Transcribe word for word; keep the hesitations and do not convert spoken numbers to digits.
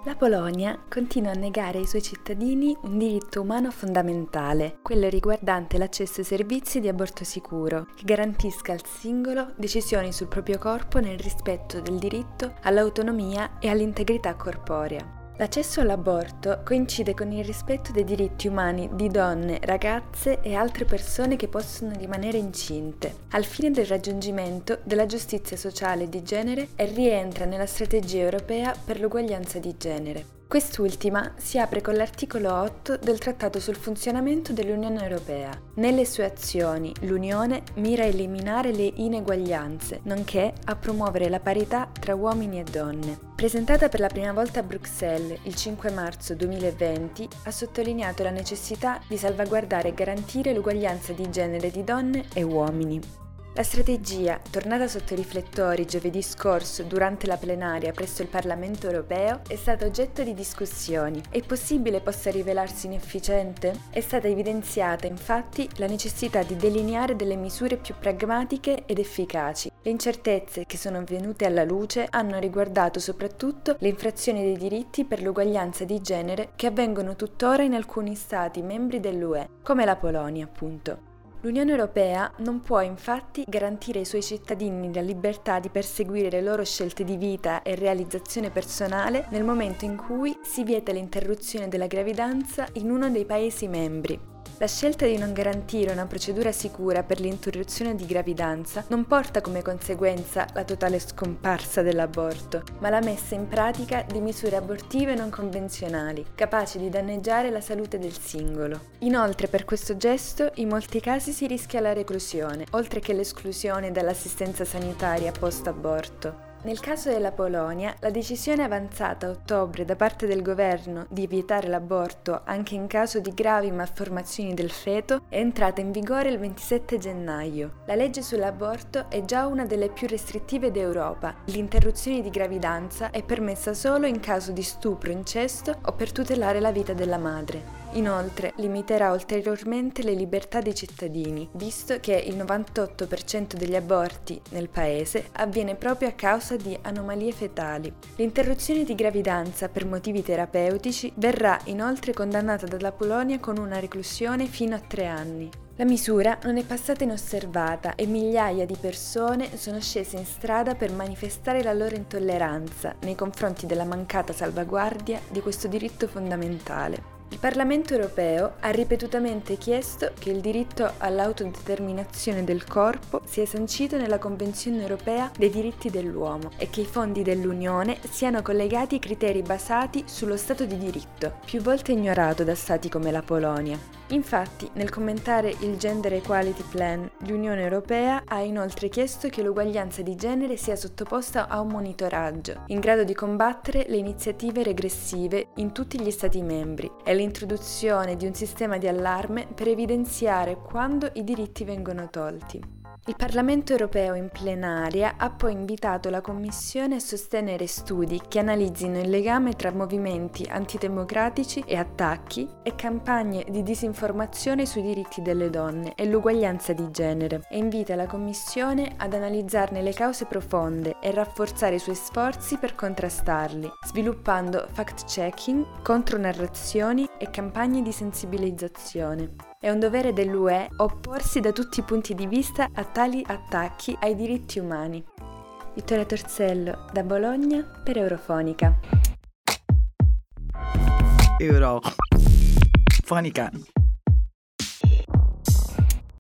La Polonia continua a negare ai suoi cittadini un diritto umano fondamentale, quello riguardante l'accesso ai servizi di aborto sicuro, che garantisca al singolo decisioni sul proprio corpo nel rispetto del diritto all'autonomia e all'integrità corporea. L'accesso all'aborto coincide con il rispetto dei diritti umani di donne, ragazze e altre persone che possono rimanere incinte, al fine del raggiungimento della giustizia sociale di genere e rientra nella strategia europea per l'uguaglianza di genere. Quest'ultima si apre con l'articolo otto del Trattato sul funzionamento dell'Unione Europea. Nelle sue azioni, l'Unione mira a eliminare le ineguaglianze, nonché a promuovere la parità tra uomini e donne. Presentata per la prima volta a Bruxelles il cinque marzo duemilaventi, ha sottolineato la necessità di salvaguardare e garantire l'uguaglianza di genere di donne e uomini. La strategia, tornata sotto i riflettori giovedì scorso durante la plenaria presso il Parlamento europeo, è stata oggetto di discussioni. È possibile possa rivelarsi inefficiente? È stata evidenziata infatti la necessità di delineare delle misure più pragmatiche ed efficaci. Le incertezze che sono venute alla luce hanno riguardato soprattutto le infrazioni dei diritti per l'uguaglianza di genere che avvengono tuttora in alcuni Stati membri dell'U E, come la Polonia appunto. L'Unione Europea non può infatti garantire ai suoi cittadini la libertà di perseguire le loro scelte di vita e realizzazione personale nel momento in cui si vieta l'interruzione della gravidanza in uno dei Paesi membri. La scelta di non garantire una procedura sicura per l'interruzione di gravidanza non porta come conseguenza la totale scomparsa dell'aborto, ma la messa in pratica di misure abortive non convenzionali, capaci di danneggiare la salute del singolo. Inoltre, per questo gesto, in molti casi si rischia la reclusione, oltre che l'esclusione dall'assistenza sanitaria post-aborto. Nel caso della Polonia, la decisione avanzata a ottobre da parte del governo di vietare l'aborto anche in caso di gravi malformazioni del feto è entrata in vigore il ventisette gennaio. La legge sull'aborto è già una delle più restrittive d'Europa. L'interruzione di gravidanza è permessa solo in caso di stupro, incesto o per tutelare la vita della madre. Inoltre, limiterà ulteriormente le libertà dei cittadini, visto che il novantotto per cento degli aborti nel paese avviene proprio a causa di anomalie fetali. L'interruzione di gravidanza per motivi terapeutici verrà inoltre condannata dalla Polonia con una reclusione fino a tre anni. La misura non è passata inosservata e migliaia di persone sono scese in strada per manifestare la loro intolleranza nei confronti della mancata salvaguardia di questo diritto fondamentale. Il Parlamento europeo ha ripetutamente chiesto che il diritto all'autodeterminazione del corpo sia sancito nella Convenzione europea dei diritti dell'uomo e che i fondi dell'Unione siano collegati ai criteri basati sullo Stato di diritto, più volte ignorato da Stati come la Polonia. Infatti, nel commentare il Gender Equality Plan, l'Unione Europea ha inoltre chiesto che l'uguaglianza di genere sia sottoposta a un monitoraggio, in grado di combattere le iniziative regressive in tutti gli Stati membri e l'introduzione di un sistema di allarme per evidenziare quando i diritti vengono tolti. Il Parlamento europeo in plenaria ha poi invitato la Commissione a sostenere studi che analizzino il legame tra movimenti antidemocratici e attacchi e campagne di disinformazione sui diritti delle donne e l'uguaglianza di genere e invita la Commissione ad analizzarne le cause profonde e rafforzare i suoi sforzi per contrastarli, sviluppando fact-checking, contronarrazioni e campagne di sensibilizzazione. È un dovere dell'U E opporsi da tutti i punti di vista a tali attacchi ai diritti umani. Vittoria Torsello, da Bologna, per Eurofonica. Eurofonica.